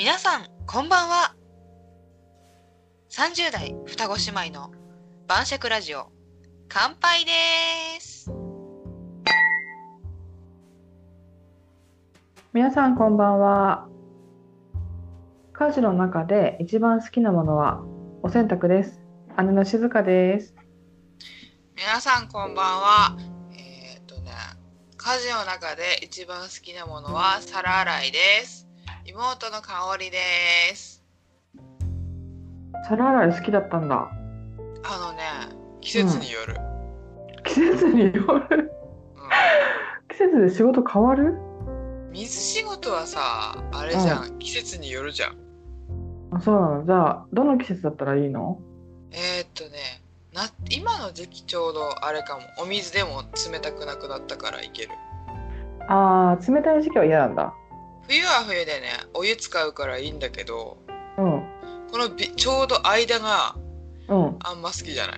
皆さんこんばんは。30代双子姉妹の晩酌ラジオ乾杯です。 皆さんこんばんは。家事の中で一番好きなものはお洗濯です。姉の静香です。 皆さんこんばんは。家事の中で一番好きなものは皿洗いです。妹の香りです。 皿洗い好きだったんだ。 季節による。 季節による。季節で仕事変わる？ 水仕事はさ、あれじゃん、季節によるじゃん。 あ、そうなの。じゃあどの季節だったらいいの？ 今の時期ちょうどあれかも。お水でも冷たくなくなったからいける。 あー、冷たい時期は嫌なんだ。 冬は冬でね、お湯使うからいいんだけど、 うん。 このちょうど間がうん。 あんま好きじゃない。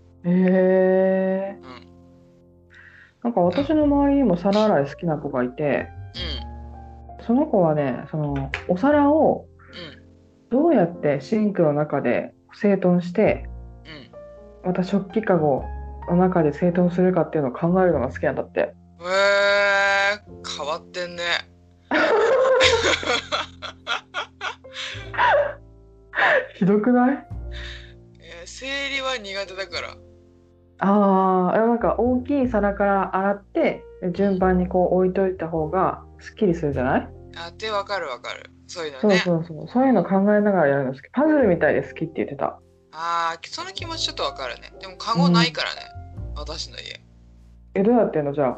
なんか私の周りにも皿洗い好きな子がいて、その子はね、お皿をどうやってシンクの中で整頓して、また食器かごの中で整頓するかっていうのを考えるのが好きなんだって。 変わってんね。 ひどくない？ 生理は苦手だから。 なんか大きい皿から洗って順番にこう置いといた方がすっきりするじゃない？ わかる。そういうのね。 そういうの考えながらやるの好き。パズルみたいで好きって言ってた。 その気持ちちょっとわかるね。でもカゴないからね、私の家。 どうやってんのじゃ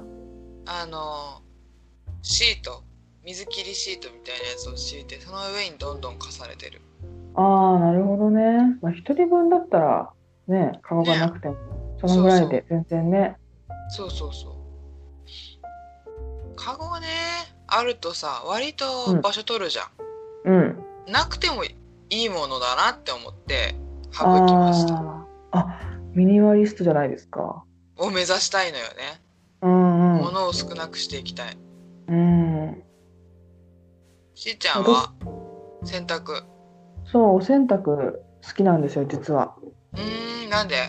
シート、水切りシートみたいなやつを敷いて、その上にどんどん重ねてる。 あ？なるほどね。まあ一人分だったらね、カゴがなくても、そのぐらいで全然ね。 そう。カゴがね、あるとさ、割と場所取るじゃん。なくてもいいものだなって思って省きました。 ミニマリストじゃないですか。 を目指したいのよね。物を少なくしていきたい。しーちゃんは洗濯？ そう、お洗濯好きなんですよ、実は。 なんで？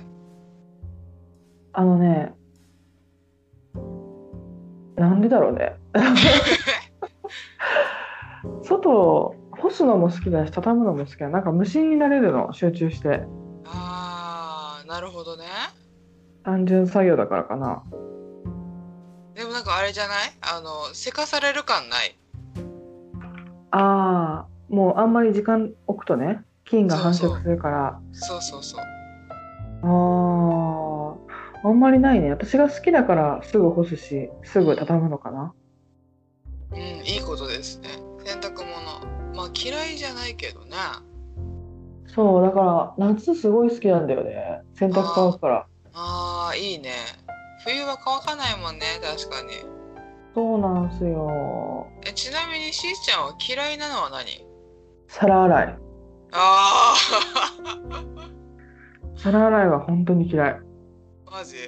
なんでだろうね。外干すのも好きだし畳むのも好きだ。なんか無心になれるの、集中して。 なるほどね。 単純作業だからかな。 でもなんかあれじゃない？せかされる感ない？ もうあんまり時間置くとね、菌が繁殖するから。 そう。 あんまりないね。私が好きだからすぐ干すし、すぐ畳むのかな。 いいことですね。洗濯物。まあ嫌いじゃないけどね。 そう、だから夏すごい好きなんだよね。洗濯乾くから。 いいね。冬は乾かないもんね、確かに。 そうなんすよ。 ちなみにしーちゃんは嫌いなのは何？ 皿洗い。皿洗いは本当に嫌い。 マジ？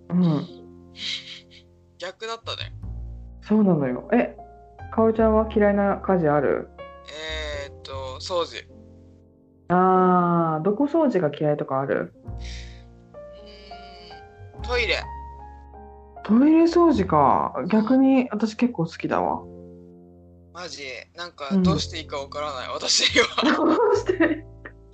逆だったね。 そうなのよ。かおりちゃんは嫌いな家事ある？ 掃除。 どこ掃除が嫌いとかある？ トイレ。 トイレ掃除か。逆に私結構好きだわ。 マジ？なんかどうしていいかわからない、私には。 どうして？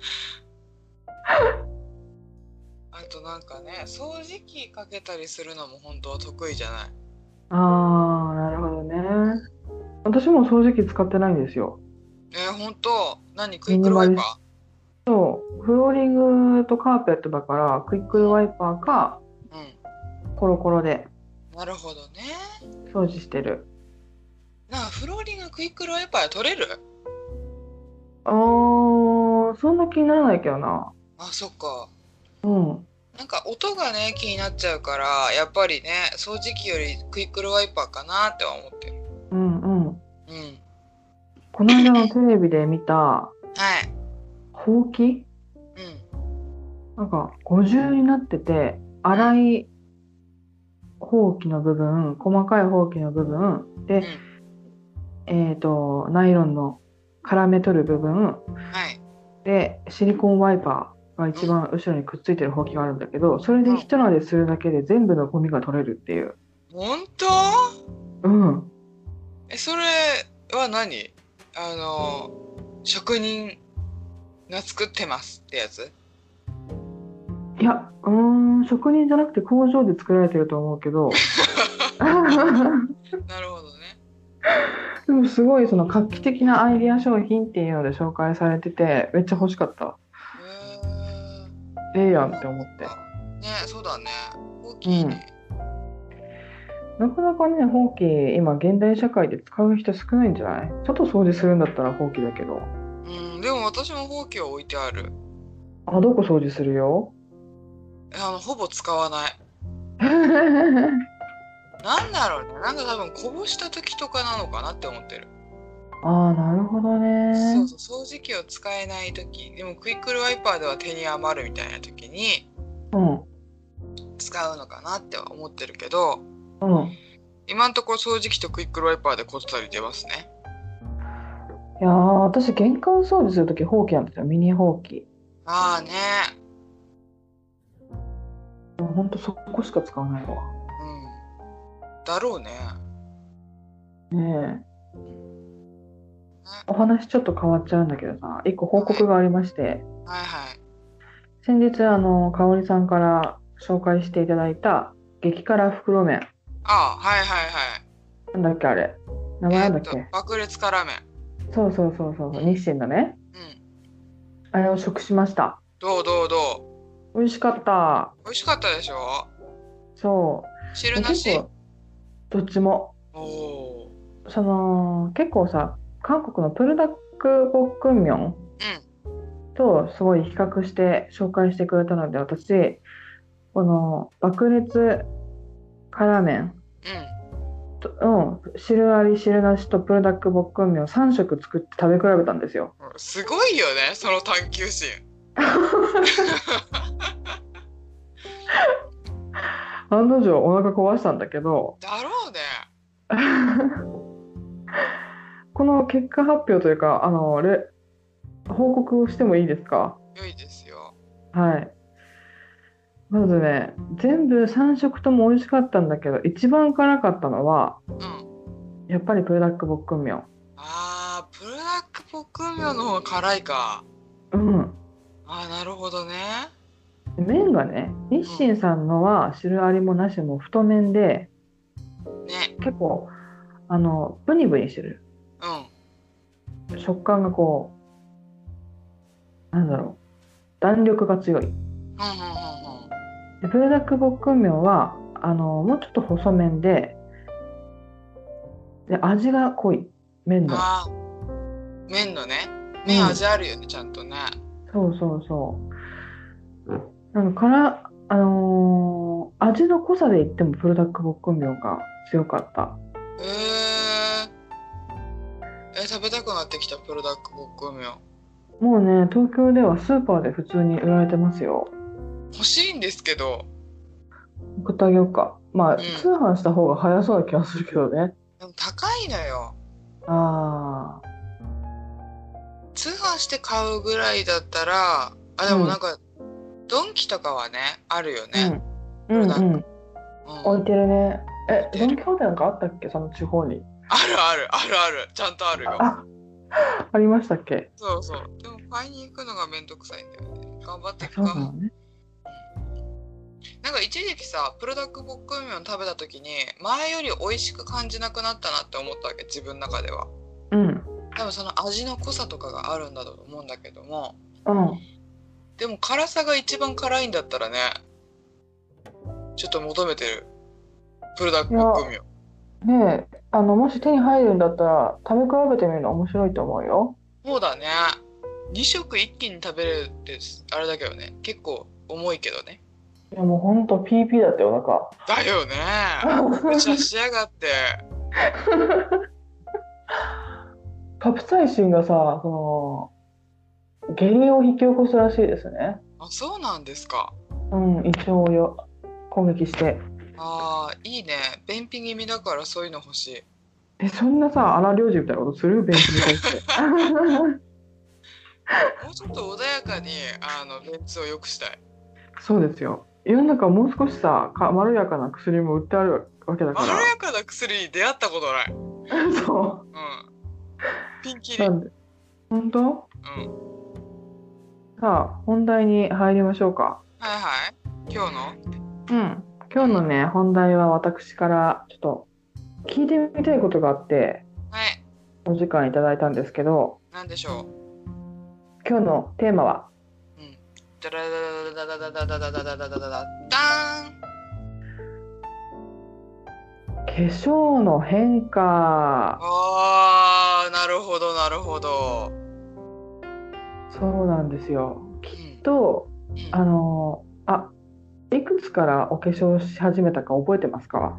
あとなんかね、掃除機かけたりするのも本当は得意じゃない。 なるほどね。私も掃除機使ってないんですよ。 本当？何？クイックルワイパー？フローリングとカーペットだからクイックルワイパーか、コロコロでなるほどね。 掃除してる。 なんかフローリングクイックルワイパー取れる？ そんな気にならないけどな。 そっか。 なんか音がね気になっちゃうから、やっぱりね掃除機よりクイックルワイパーかなっては思ってる。 この間のテレビで見たほうき、なんか五重になってて、粗いほうきの部分、細かいほうきの部分で、ナイロンの絡め取る部分はい。 でシリコンワイパーが一番後ろにくっついてるほうきがあるんだけど、それで一撫でするだけで全部のゴミが取れるっていう。 本当？ うん。 それは何？職人が作ってますってやつ？ いや、職人じゃなくて工場で作られてると思うけどなるほどね。 でもすごいその画期的なアイディア商品っていうので紹介されててめっちゃ欲しかった。ええやんって思って。 ね、そうだね。大うん。 きいね。 なかなかね、ほうき、今、現代社会で使う人少ないんじゃない？外掃除するんだったらほうきだけど。 うん、でも私もほうきは置いてある。 あ、どこ掃除するよ？ ほぼ使わない。なんだろうね。なんか多分こぼした時とかなのかなって思ってる。 ああ、なるほどね。 そうそう、掃除機を使えない時、でもクイックルワイパーでは手に余るみたいな時にうん、 使うのかなっては思ってるけど、 うん。 今んところ掃除機とクイックルワイパーでこっそり出ますね。 いやー、私、玄関掃除するとき、ほうきなんですよ、ミニほうき。 ああね。 ほんとそこしか使わないわ。 うん。だろうね。 ねえ。おね。 話ちょっと変わっちゃうんだけどさ、一個報はい。 告がありまして、 はいはい。 先日、かおりさんから紹介していただいた激辛袋麺。 ああ、はいはいはい。 なんだっけ、あれ。名前なんだっけ。 爆裂辛麺。 そうそうそうそう、日清のね。 うん。うん。 あれを食しました。 どうどうど美味しかった。 う？美味しかったでしょ？ そう。 汁なし？ 結構、どっちも。 おお結構さ、韓国のプルダックボックンミョンー。 とすごい比較して紹介してくれたので、私、この爆裂辛麺うん。うん。 と、汁あり汁なしとプルダックボックンミョン3食作って食べ比べたんですよ。 すごいよね、その探求心。 案の定お腹壊したんだけど、 だろうね。 この結果発表というか、報告をしてもいいですか？ 良いですよ。 はい。まずね、全部3食とも美味しかったんだけど、一番辛かったのは、 うん。 やっぱりプルダックボックンミョン。 ああ、プルダックポックンミョンの方が辛いか。 うん。 ああ、なるほどね。 麺がね、日う清さんのは汁ありもなしも太麺で、 ん。ね。 結構、ブニブニしてる。 うん。うん食感がこう、なんだろう、弾力が強い。 うんうんうん。 でプルダックボックンミョンは、もうちょっと細麺で、味が濃い。麺の。 ああ、麺のね。麺うん。 味あるよね、ちゃんとね。 そうそうそう。なんかから、味の濃さで言ってもプルダックボックンミョンが強かった。 食べたくなってきた、プルダックポックンミョン。 もうね、東京ではスーパーで普通に売られてますよ。 欲しいんですけど。 送ってあげようか。まあ、通うん。 販した方が早そうな気がするけどね。 でも高いのよ。 あ通販して買うぐらいだったら、あ、 あ、うん、 でもなんか、ドンキとかはね、あるよね。 うん、うプルダック。 ん、うん。 うん。 置いてるね。ド置いてる。 ン・キホーテなんかあったっけ、その地方に。 あるある、あるある。ちゃんとあるよ。 あ、ありましたっけ？ そうそう。でも買いに行くのがめんどくさいんだよね。頑張ってあ、 いくか。 そうなのね。 なんか一時期さ、プルダックボックンミョン食べた時に、前より美味しく感じなくなったなって思ったわけ、自分の中では。 うん、 多分その味の濃さとかがあるんだと思うんだけども、 うん。 でも辛さが一番辛いんだったらね、ちょっと求めてる。プルダックいや、 ボックンミョン。 ねえ、もし手に入るんだったら、食べ比べてみるの面白いと思うよ。 そうだね。2食一気に食べれるってあれだけどね。結構重いけどね。 いや、もうほんと PP だってお腹。 だよね。無茶しやがって。 カプサイシンがさ、下痢を引き起こすらしいですね。 あ、そうなんですか。 うん、胃腸を攻撃して。 ああ、いいね。便秘気味だからそういうの欲しい。 そんなさ、荒療治みたいなことするベンツに対して。 もうちょっと穏やかに便通を良くしたい。 そうですよ。世の中もう少しさ、まろやかな薬も売ってあるわけだまろかやかな薬に出会ったことない。 ら。そうん。ピンキう。 リ。 なんで、本当？ うん。 さあ、本題に入りましょうか。 はいはい。今日のうん。今日のね、本題は私からちょっと聞いてみたいことがあって、 はい。 お時間いただいたんですけど、 なんでしょ今日のテーマは、 う。うん。ダラダダダダダダダダダダダダダダーン。 化粧の変化。 あー、なるほどなるほど。 そうなんですよ。 うきっん。 と、 うん。 いくつからお化粧し始めたか覚えてますか？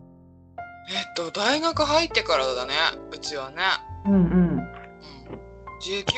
大学入ってからだね。うちはね。 うんうん。 うん。19？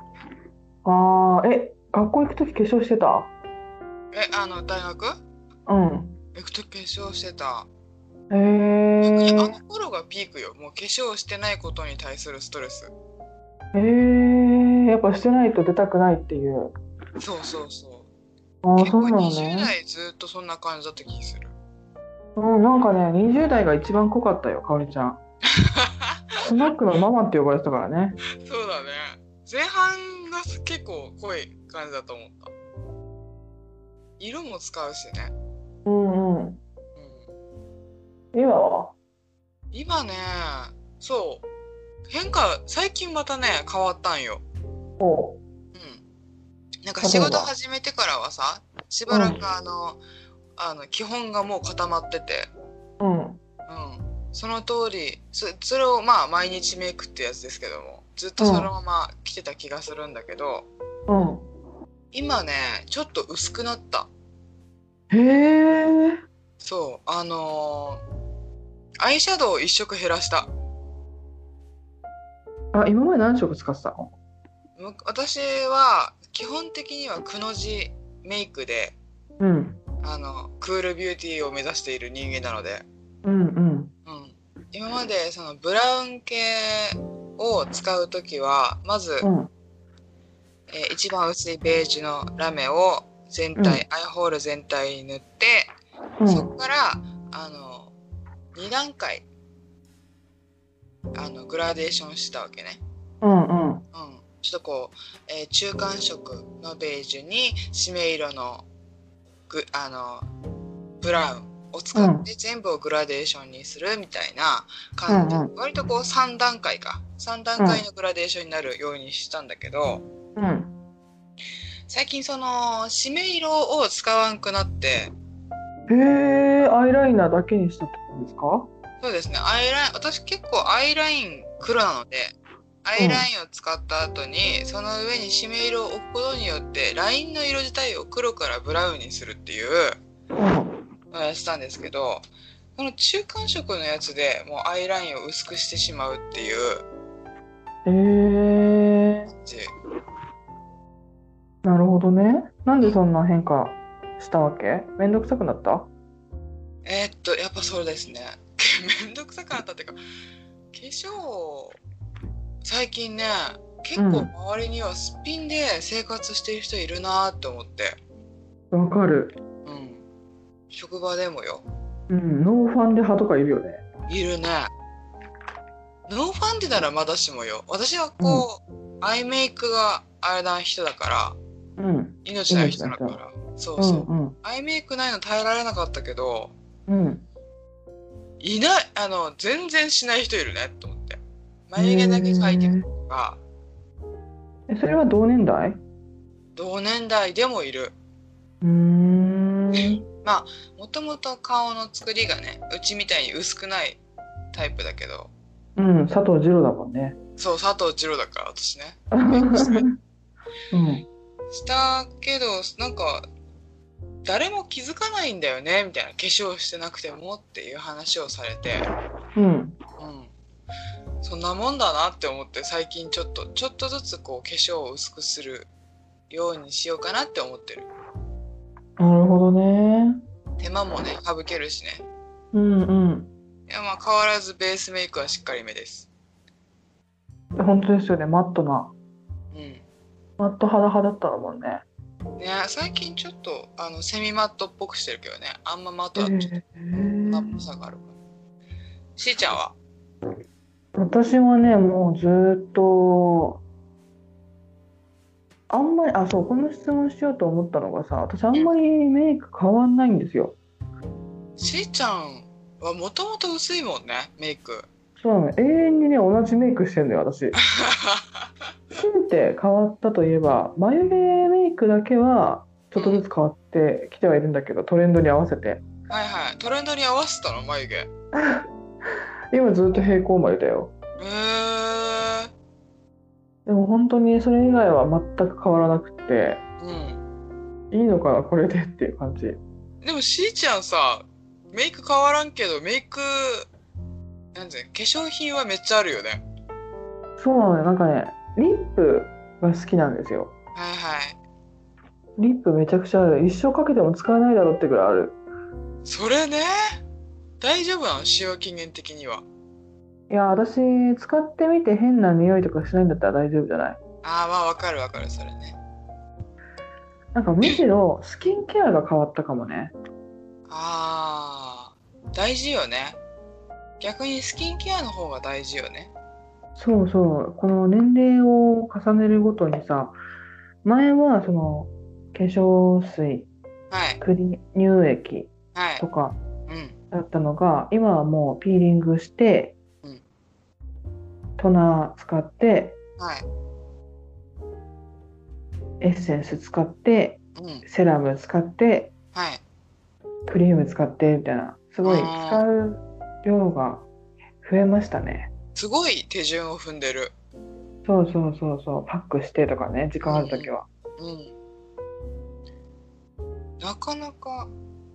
学校行くとき化粧してた？ 大学うん。 行くと化粧してた。 へ逆にあえ。 の頃がピークよ。もう化粧してないことに対するストレス。 やっぱしてないと出たくないっていう。 そうそうそう。 ああ、そう結構なの 20 ね。 代ずっとそんな感じだった気する。 うん、なんかね、20代が一番濃かったよ、かおりちゃん。スナックのママって呼ばれてたからね。 そうだね。前半が結構濃い感じだと思った。色も使うしね。 うんうん。 うん、 今は？ 今ね、そう。最近またね、変わったんよ。 おう、 うん。なんか仕事例えば。 始めてからはさ、しばらくうん、 基本がもう固まってて、 うん、 うん。その通り、それをまあ毎日メイクってやつですけども、ずっとそのまま着てた気がするんだけど、 うん。 今ね、ちょっと薄くなった。 へえ。 そう、アイシャドウを一色減らした。 今まで何色使ってたの？ 私は基本的にはくの字メイクで、 うん、 クールビューティーを目指している人間なので、 うん、うん、 うん、今までそのブラウン系を使うときは、まず、 うん、 一番薄いベージュのラメをうん、 アイホール全体に塗って、そこうん、 から、2段階、グラデーションしたわけね。 うん、うん、 うん。ちょっとこう、中間色のベージュに、締め色のブラウンを使って全部をグラデーションにするみたいな感じ。 うん、 割とこう3段階か。3段階のグラデーションになるようにしたんだけど、 うん。 最近その、締め色を使わんくなって、 へえ、アイライナーだけにしたってことですか？ そうですね、私結構アイライン黒なので、アイラインを使った後に、その上に締め色を置くことによって、ラインの色自体を黒からブラウンにするっていううん。 のをやってたんですけど、この中間色のやつでもうアイラインを薄くしてしまうっていうへえ、 感じ。 なるほどね。なんでそんな変化したわけ？めんどくさくなった？ やっぱそうですね。めんどくさくなったっていうか、化粧、最近ね、結構うん。 周りにはすっぴんで生活してる人いるなーって思って。 わかる。 うん。職場でもよ。 うん。ノーファンデ派とかいるよね。 いるね。ノーファンデならまだしもよ。私はうん。 こう、アイメイクがあれな人だから、 うん。 命ない命の人。 人だから。そううんそう。 うん。 アイメイクないの耐えられなかったけど、 うん。 いない、全然しない人いるねと思って。 へ眉毛だけ描いてるえ。 とか、 それは同年代？ 同年代でもいる。 うーん。 まあ、もともと顔の作りがね、うちみたいに薄くないタイプだけど、 うん。佐藤二朗だもんね。 そう、佐藤二朗だから私ね。 うメイクしたん。 したけど、なんか、誰も気づかないんだよね、みたいな。化粧してなくてもっていう話をされて、 うん。 うん。そんなもんだなって思って、最近ちょっとずつこう、化粧を薄くするようにしようかなって思ってる。 なるほどね。 手間もね、省けるしね。 うんうん。 いや、まあ変わらずベースメイクはしっかりめです。 本当ですよね、マットな。 うん。 マット肌派だったのもんね。 ね、最近ちょっとセミマットっぽくしてるけどね。あんまマットだとちょっとえ粉っぽさがあるから。しーちゃんは？ 私はね、もうずーっと、あんまり、そう、この質問しようと思ったのがさ、私あんまりメイク変わんないんですよ。 しーちゃんはもともと薄いもんね、メイク。 そうなの、永遠にね、同じメイクしてんのよ、私。強いて変わったといえば、眉毛メイクだけは、ちょっとずつ変わってきてはいるんだけど、トレンドに合わせて。 はいはい。トレンドに合わせたの、眉毛。 今ずっと平行眉だよ。 ー。 でも本当にそれ以外は全く変わらなくて、 うん。 いいのかな、これでっていう感じ。 でもしーちゃんさ、メイク変わらんけど、メイク、なんていうの、化粧品はめっちゃあるよね。 そうなのよ、なんかね、リップが好きなんですよ。 はいはい。 リップめちゃくちゃある。一生かけても使えないだろうってぐらいある。 それね、大丈夫なの、使用期限的には？ いや、私、使ってみて変な匂いとかしないんだったら大丈夫じゃない？ ああ、まあわかるわかる、それね。 なんかむしろスキンケアが変わったかもね。 ああ、大事よね。逆にスキンケアの方が大事よね。 そうそう。この年齢を重ねるごとにさ、前はその化粧水、 はい。 乳液はい。 とかうん。 だったのが、今はもうピーリングして、 うん。 トナー使って、 はい。 エッセンス使って、 うん。 セラム使って、 はい。 クリーム使ってみたいな、すごい使ああ、 う量が増えましたね。 すごい手順を踏んでる。 そうそうそうそう、パックしてとかね、時間あるときうんは。 うん。うん。なかなか、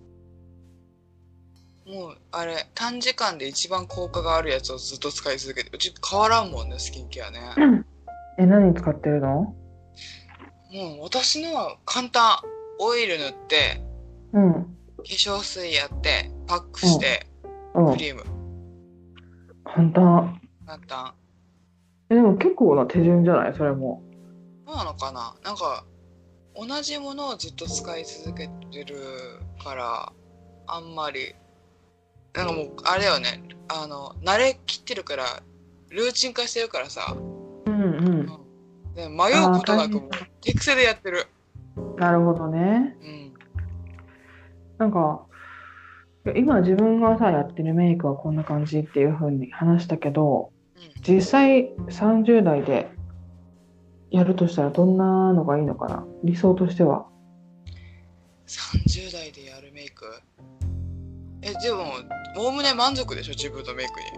もう、あれ、短時間で一番効果があるやつをずっと使い続けて、うち変わらんもんね、スキンケアね。 何使ってるの？ もう私のは簡単。オイル塗って、 うん、 化粧水やって、パックうん、 して、 うん。 クリーム。 簡単。 簡単。 でも結構な手順じゃないそれも。 そうなのかな、なんか、同じものをずっと使い続けてるから、あんまり、なんかもう、あれだよね。慣れきってるから、ルーチン化してるからさ、 うんうん。 で迷うああ、 ことなくもう大変だ。 手癖でやってる。 なるほどね。 うん。 なんか、今自分がさ、やってるメイクはこんな感じっていう風に話したけど、 うん。 実際30代でやるとしたらどんなのがいいのかな、理想としては。 30代でやるメイク？でも、おおむね満足でしょ、自分のメイクに？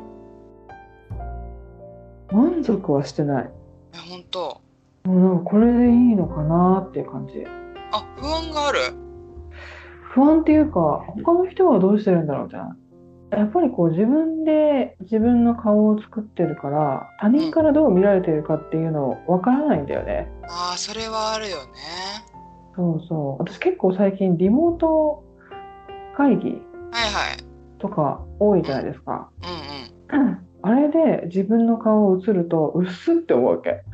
満足はしてない。 本当？ もうなんかこれでいいのかなっていう感じ。 あ、不安がある？ 不安っていうか、他の人はどうしてるんだろうじゃん。やっぱりこう自分で自分の顔を作ってるから、他うん。 人からどう見られてるかっていうのわからないんだよね。 ああ、それはあるよね。 そうそう。私結構最近リモート会議はいはい。 とか多いじゃないうんですか。 うんうん。 あれで自分の顔を映ると、うっすって思うわけ。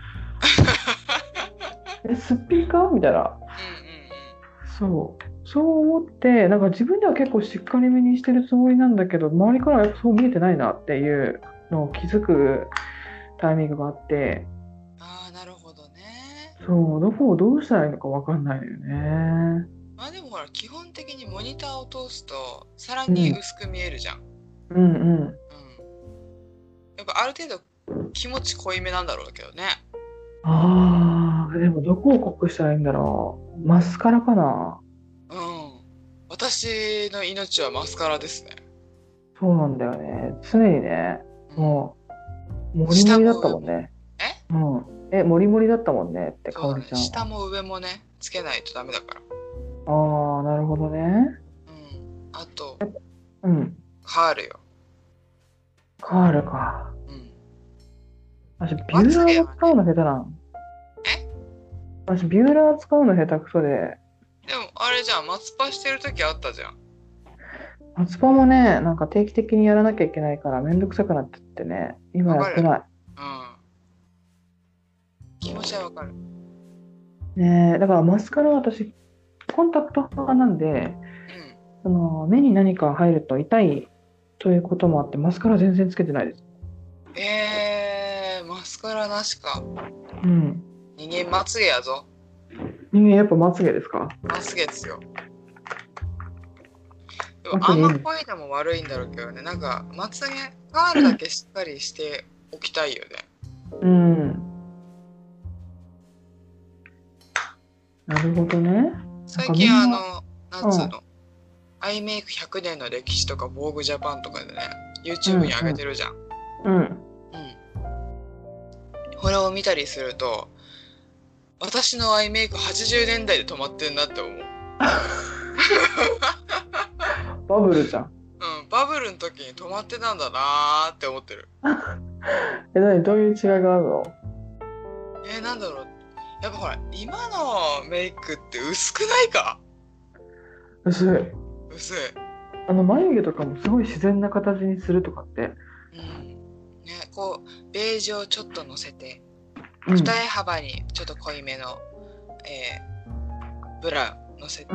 すっぴんかみたいな。 うんうんそう。そう思って、なんか自分では結構しっかりめにしてるつもりなんだけど、周りからはやっぱそう見えてないなっていうのを気づくタイミングがあって、 うん。ああ、なるほどね。 そう、どこをどうしたらいいのかわかんないのよね。 まあでもほら、基本的にモニターを通すと、さらうん、 に薄く見えるじゃん。うん。 うんうん。 やっぱある程度気持ち濃いめなんだろうけどね。 ああ、でもどこを濃くしたらいいんだろう。マスカラかな。 うん。私の命はマスカラですね。 そうなんだよね。常にね、 うん。 もう、モリモ下リだっも上も。 たもんね。 えうん。モリモリだったもんねって、かおそうだね。 りちゃんは。 下も上もね、つけないとダメだから。 ああ、なるほどね。 うん。あと、 うん。 カールよ。 カールか。 うん。 私、ビまューラーつげはね、 も使うの下手なん。 え私、ビューラー使うの下手くそで、 でもあれじゃん、松パしてる時あったじゃん。 夏場もね、なんか定期的にやらなきゃいけないからめんどくさくなってってね、今わかる。 やってない。 うん。気持ちはわかる。 ねえ、だからマスカラ私、コンタクト派なんで、 うん。 その目に何か入ると痛いということもあって、マスカラ全然つけてないです。 マスカラなしか。 うん。 人間まつげやぞ。 人間やっぱまつげですか？ まつげですよ。でもまつげいいね。 あんま濃いのも悪いんだろうけどね。なんか、まつげ、カールだけしっかりしておきたいよね。 うん。なるほどね。なん最近かみんな、 なんうん、 つうの、アイメイク100年の歴史とか、ボーグジャパンとかでね、 う YouTube にん、 上げてるじゃん。 うん、うん。 うん。これを見たりすると、私のアイメイク80年代で止まってんなって思う。 バブルじゃん。 うん、バブルの時に止まってたんだなーって思ってる。 何、どういう違いがあるの？ なんだろう。やっぱほら、今のメイクって薄くないか？ 薄い。 薄い。 眉毛とかもすごい自然な形にするとかって。 うん。ね、こう、ベージュをちょっとのせて、 うん、 二重幅にちょっと濃いめの、ブラウンのせて、 うん、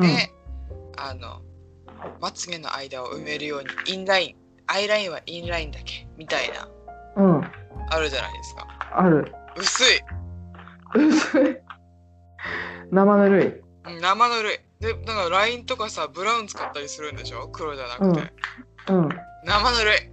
まつげの間を埋めるように、インライン、アイラインはインラインだけ、みたいな、 うん、 あるじゃないですか。 ある。 薄い。 薄い。生ぬるい。 うん、生ぬるい。で、だからラインとかさ、ブラウン使ったりするんでしょ？黒じゃなうん、 くて。 うん。 生ぬるい。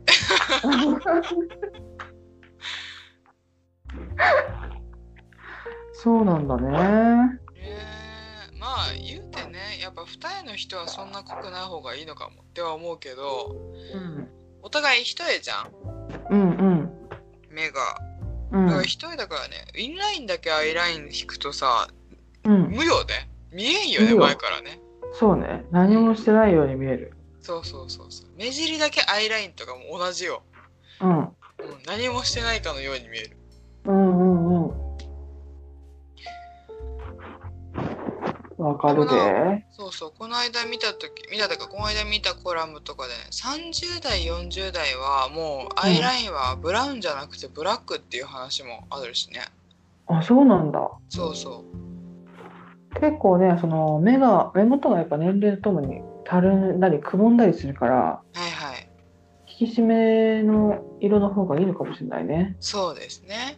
そうなんだね。 まあ言うてね、やっぱ二重の人はそんな濃くない方がいいのかもっては思うけど、 うん、 お互い一重じゃん、 うん、うん、 目が。 うん、 だから一重だからね、インラインだけアイライン引くとさ、 うん。 無よね。見えんよね、 いいよ。 前からね。 そうね。 うん。 何もしてないように見える。 そうそうそうそう。目尻だけアイラインとかも同じよ。 うん、うん、 うん。何もしてないかのように見える。 うん、うん。わかるで。 そうそう、この間見たとか、この間見たコラムとかでね、30代、40代はもうアイうん。 ラインはブラウンじゃなくてブラックっていう話もあるしね。 あ、そうなんだ。 そうそう。 結構ね、その目元がやっぱ年齢とともにたるんだりくぼんだりするから、 はいはい。 引き締めの色の方がいいのかもしれないね。 そうですね。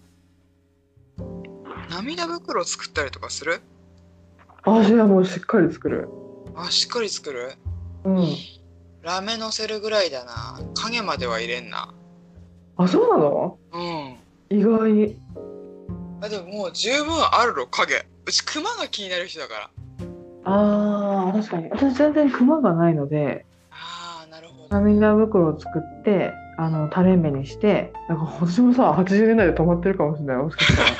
涙袋作ったりとかする？ 私はもうしっかり作る。 あ、しっかり作る？ うん。 ラメのせるぐらいだな。影までは入れんな。 あ、そうなの？ うん。 意外。 あ、でももう十分あるろ、影。うちクマが気になる人だから。 ああ、確かに。私全然クマがないので、 ああ、なるほどね。 涙袋を作って、垂れ目にして、なんか私もさ、80年代で止まってるかもしれない。もしかしたら。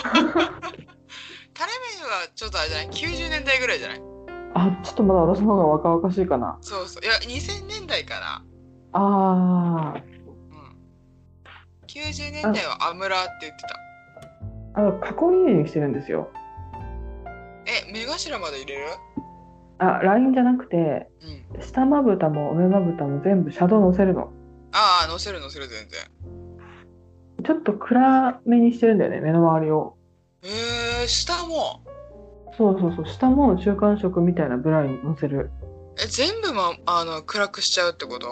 タレメはちょっとあれじゃない？ 90 年代ぐらいじゃない？ あ、ちょっとまだ私の方が若々しいかな。 そうそう。いや、2000年代かな。 あうん。90年あ、 代はアムラーって言ってた。 加工入れにしてるんですよ。 目頭まで入れる？ あ、ラインじゃなくて、 うん。 下まぶたも上まぶたも全部シャドウ乗せるの。 ああ、乗せる乗せる全然。 ちょっと暗めにしてるんだよね、目の周りを。 下も？ そうそうそう、下も中間色みたいなブラウンに乗せる。 全部も、暗くしちゃうってこと？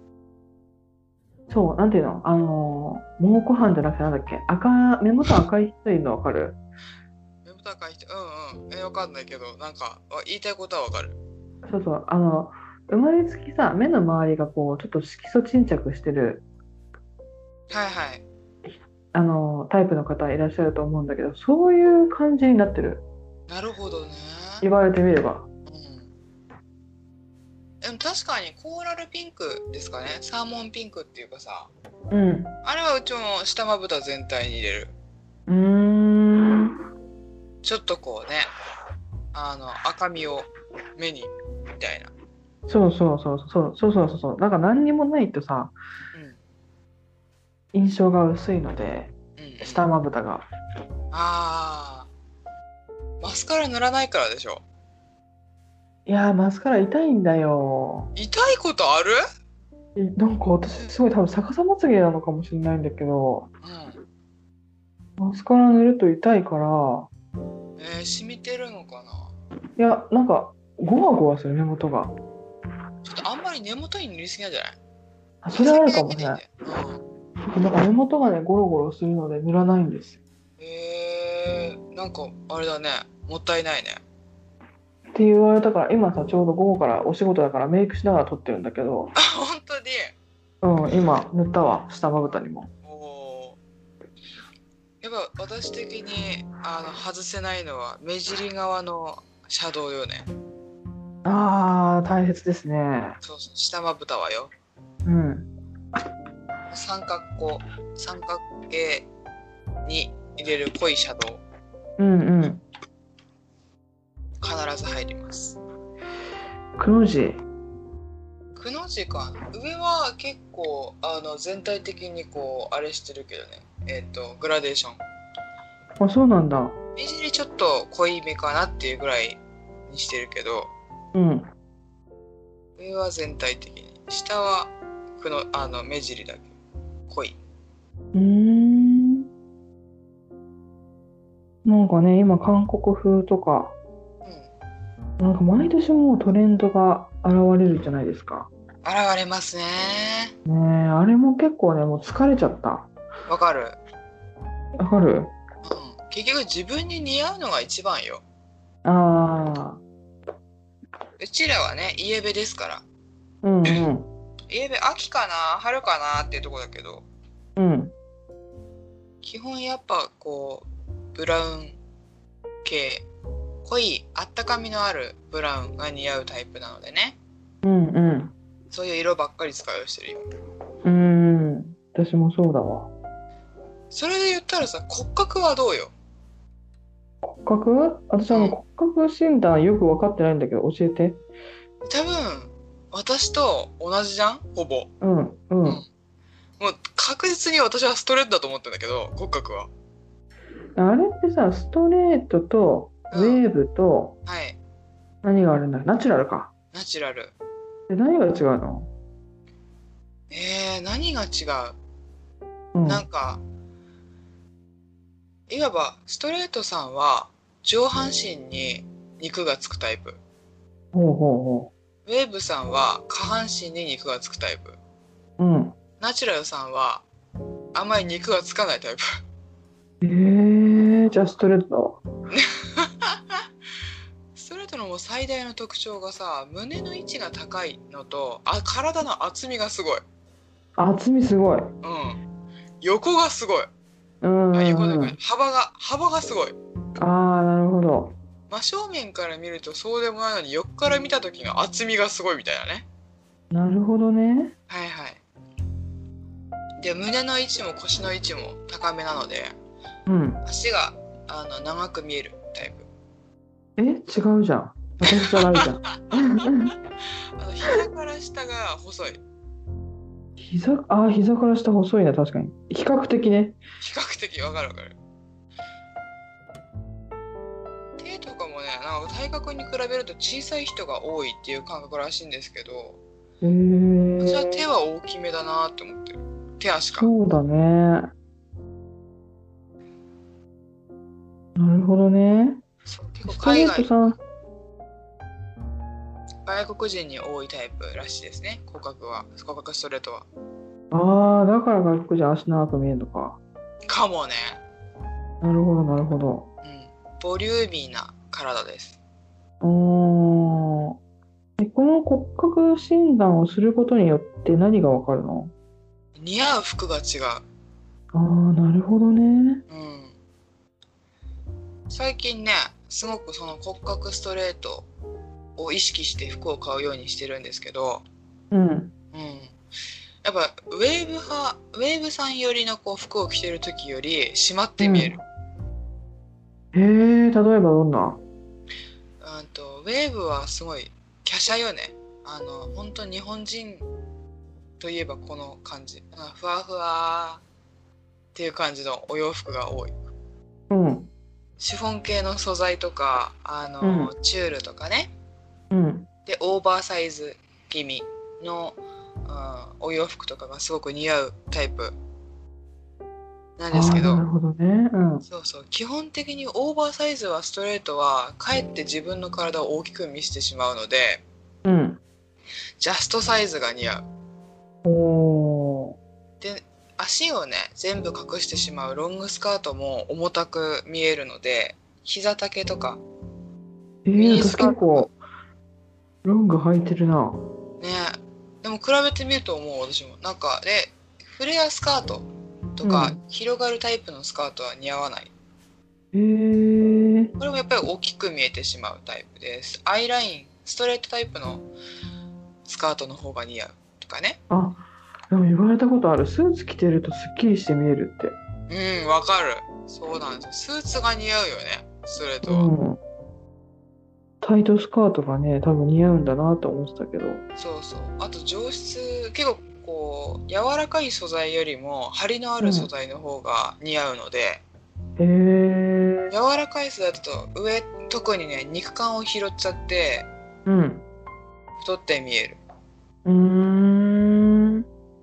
そう、なんていうの蒙古斑じゃなくてなんだっけ、目元赤い人いるのわかる？ 目元赤い人、うんうん。わかんないけど、なんか、言いたいことはわかる。 そうそう、生まれつきさ、目の周りがこう、ちょっと色素沈着してる、 はいはい。 タイプの方いらっしゃると思うんだけど、そういう感じになってる。 なるほどね。 言われてみれば。 うん。でも確かにコーラルピンクですかね。サーモンピンクっていうかさ。 うん。 あれはうちも下まぶた全体に入れる。 うーん。 ちょっとこうね、赤みを目に、みたいな。 そうそうそうそうそうそうそうそう。なんか何にもないとさ、 うん。 印象が薄いので、 うんうん。 下まぶたが。 あー、マスカラ塗らないからでしょ。 いやー、マスカラ痛いんだよ。 痛いことある？ なんか私すごい多分逆さまつげなのかもしれないんだけど、 うん。 マスカラ塗ると痛いから、 染みてるのかな？ いや、なんか、ゴワゴワする目元が。 ちょっとあんまり根元に塗りすぎなんじゃない？ あ、それあるかも塗りすぎだしれない。 けでいいんだよ。 なんか目元がね、ゴロゴロするので塗らないんですよ。 なんかあれだね。もったいないね。 って言われたから、今さ、ちょうど午後からお仕事だからメイクしながら撮ってるんだけど、 あ、本当に。 うん、今塗ったわ、下まぶたにも。 おー、やっぱ私的に外せないのは目尻側のシャドウよね。 あー、大切ですね。 そうそう、下まぶたはよ。 うん。 三角形に入れる濃いシャドウうんうん。 必ず入ります。 くの字。 くの字か。上は結構全体的にこうあれしてるけどね。グラデーション。 あ、そうなんだ。 目尻ちょっと濃いめかなっていうぐらいにしてるけど、 うん。 上は全体的に、下は目尻だけ濃い。 うーん。なんかね、今韓国風とか、 うん。 なんか毎年もうトレンドが現れるじゃないですか。 現れますね。 ねえ、あれも結構ね、もう疲れちゃった。 わかる。 わかる？ うん。結局自分に似合うのが一番よ。 あうちらはね、イエベですから。 うんうん。 イエベ秋かな春かなっていうとこだけど、 うん。 基本やっぱこう、ブラウン系、濃いあったかみのあるブラウンが似合うタイプなのでね。 うんうん。 そういう色ばっかり使うようにしてるよ。 私もそうだわ。 それで言ったらさ、骨格はどうよ？ 骨格？私うん。 骨格診断よく分かってないんだけど、教えて。 多分、私と同じじゃんほぼ。 うんううん。 ん。 もう確実に私はストレートだと思ってんだけど、骨格は。 あれってさ、ストレートとウうん。 ェーブとはい。 何があるんだ？ナチュラルか。 ナチュラル。 で、何が違うの？ 何が違う？ うん。 なんか、いわばストレートさんは上半身に肉がつくタイプ。 ほうほうほウェーブさんは下半身に肉がつくタイプ。 う。うん。 ナチュラルさんはあんまり肉がつかないタイプ。 じゃあストレートだわ。 ストレートのもう最大の特徴がさ、胸の位置が高いのと、体の厚みがすごい。 厚みすごい。 うん。横がすごい。 うんう横だんうん。 から幅がすごい。 ああ、なるほど。 真正面から見るとそうでもないのに、横から見た時の厚みがすごいみたいなね。 なるほどね。 はいはい。で、胸の位置も腰の位置も高めなので、 うん。 足が長く見えるタイプ。 違うじゃん。私じゃないじゃん。 膝から下が細い。 膝から下細いね、確かに。比較的ね。 比較的わかるわかる。手とかもね、なんか体格に比べると小さい人が多いっていう感覚らしいんですけど、 へ私は手え、 は大きめだなって思ってる。手足か。 そうだね。なるほどね。 そう、結構ストレートさん。 外国人に多いタイプらしいですね。骨格ストレートは。 ああ、だから外国人足長く見えるのか。 かもね。 なるほど、なるほど。 うん。ボリューミーな体です。 この骨格診断をすることによって何がわかるの？ 似合う服が違う。 ああ、なるほどね。 うん。最近ね、すごくその骨格ストレートを意識して服を買うようにしてるんですけど、 うん。 うん。やっぱウェーブさん寄りのこう服を着てる時より締まって見える。 へえ、例えばどんな？ ウェーブはすごい華奢よね。本当日本人といえばこの感じ。ふわふわっていう感じのお洋服が多い。 うん。 シフォン系の素材とか、 うん。 チュールとかね。 うん。 でオーバーサイズ気味の、お洋服とかがすごく似合うタイプなんですああ、 けど、 なるほどね。うん。 そうそう、基本的にオーバーサイズはストレートはかえって自分の体を大きく見せてしまうので、 うん。 ジャストサイズが似合う。 おー。 で、足をね全部隠してしまうロングスカートも重たく見えるので、膝丈とかミニス私カートが結構ロング履いてるな。 ね、でも比べてみると思う。私もなんかでフレアスカートとかうん。 広がるタイプのスカートは似合わない。 えー。 これもやっぱり大きく見えてしまうタイプです。アイラインストレートタイプのスカートの方が似合うとかね。 あ、でも言われたことある。スーツ着てるとスッキリして見えるって。 うん、わかる。そうなんですよ。スーツが似合うよね、ストレートは。 うん。タイトスカートがね、多分似合うんだなと思ってたけど。 そうそう。あと上質、結構こう柔らかい素材よりも張りのあうん。 る素材の方が似合うので、 えー。 柔らかい素材だと上、特にね肉感を拾っちゃってうん。 太って見える。 うーん。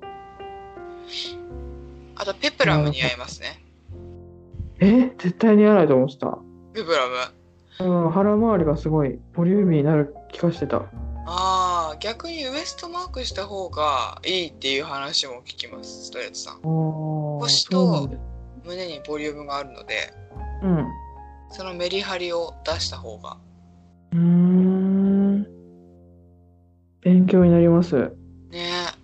あとペプラム似合なるほど。 いますね。 絶対似合わないと思ってた。 ペプラム、 うん、腹周りがすごいボリューミーになる気がしてた。 逆にウエストマークした方がいいっていう話も聞きます、ストレートさん。 ああ、 腰とそうなんです。 胸にボリュームがあるので、 うん。 そのメリハリを出した方がうーん。勉強になります。 ね。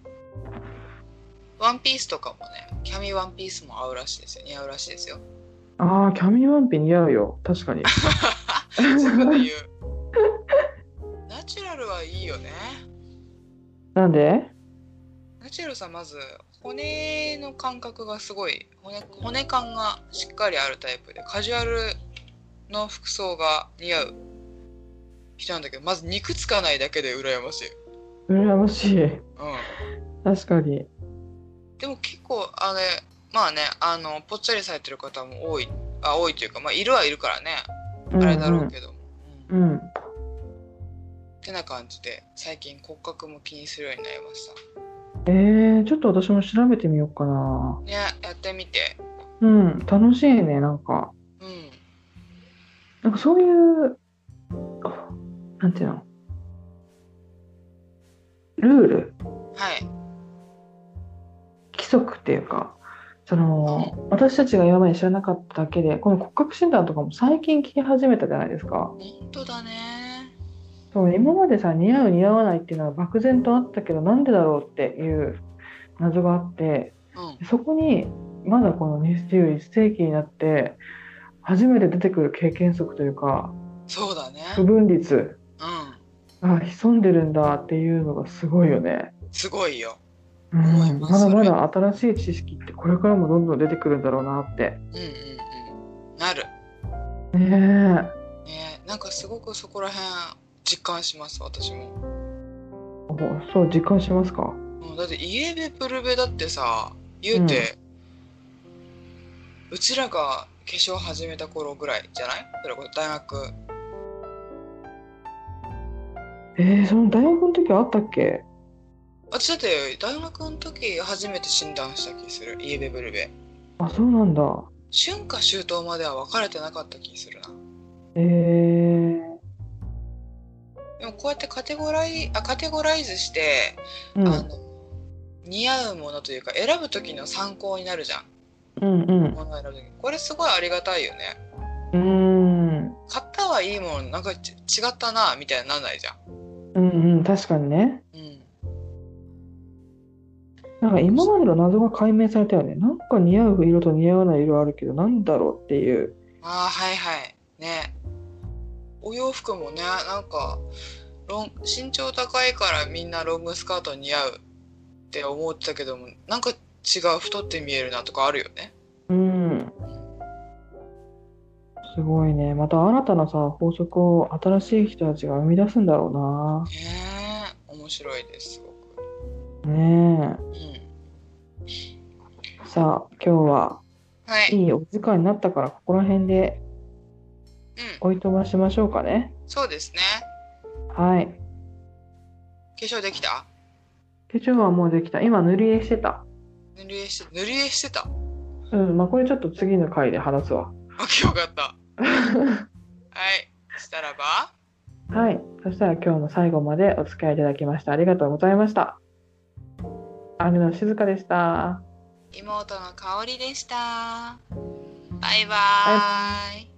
ワンピースとかもね、キャミワンピースも合うらしいですよ。似合うらしいですよ。 ああ、キャミワンピ似合うよ。確かに。 自分で言う。ナチュラルはいいよね。 なんで？ ナチュラルさん、まず骨の感覚がすごい、骨感がしっかりあるタイプで、カジュアルの服装が似合う人なんだけど、まず肉つかないだけで羨ましい。 羨ましい。 うん。 確かに。 でも結構まあね、ぽっちゃりされてる方も多いというか、まあいるはいるからね、 うあれだろんうん。 うけども、 うん。 てな感じで最近骨格も気にするようになりました。 ちょっと私も調べてみようかな。 ね、やってみて。 うん、楽しいね。 うん。 なんかそういう、なんていうの、ルール、 はい。 規則っていうか、 うん。 私たちが今まで知らなかっただけで、この骨格診断とかも最近聞き始めたじゃないですか。 本当だね。 そう、今までさ、似合う似合わないっていうのは漠然とあったけど、なんでだろうっていう謎があって、 うん。 そこに、まだこの21世紀になって、初めて出てくる経験則というか、 そうだね。 不分率うん。 が潜んでるんだっていうのがすごいよね。 すごいよ。 う思いん、 ます、それ。 まだまだ新しい知識ってこれからもどんどん出てくるんだろうなって。 うんうんうん。なる。 ねね、なんかすごくそこら辺実感します、私も。 え、そう実感しますか？ うん、だってイエベプルベだってさ、言うん。 うて、うちらが化粧始めた頃ぐらいじゃない？それこそ大学。 その大学の時はあったっけ？ 私だって大学の時初めて診断した気する、イエベブルベ。 あ、そうなんだ。 春夏秋冬までは分かれてなかった気するな。 えー、 でもこうやってカテゴライズして、あの、 うん、 似合うものというか選ぶ時の参考になるじゃん。 うん、うん、 ものを選ぶ時。これすごいありがたいよね。 うーん、 買ったはいいもの、なんか違ったな、みたいになんないじゃん。 うん、うん、確かにね。 うん。 なんか今までの謎が解明されたよね。なんか似合う色と似合わない色あるけど、なんだろうっていう。 ああ、はいはい。ね。お洋服もね、なんか、身長高いからみんなロングスカート似合うって思ってたけども、なんか違う、太って見えるなとかあるよね。 うん、すごいね。また新たなさ、法則を新しい人たちが生み出すんだろねえ、面白いです、すごく。 うな。ねうん。 え。さあ、今日ははい。 いいお時間になったから、ここら辺でうん。 おいとましましょうかね。 そうですね。 はい。 化粧できた？ 化粧はもうできた。今塗り絵してた。 塗り絵してた。 うん、まあこれちょっと次の回で話すわ。 オッケー、わかった。はい。したらばはい。そしたら今日も最後までお付き合いいただきましてありがとうございました。姉の静香でした。 妹の香りでした。バイババイーイ。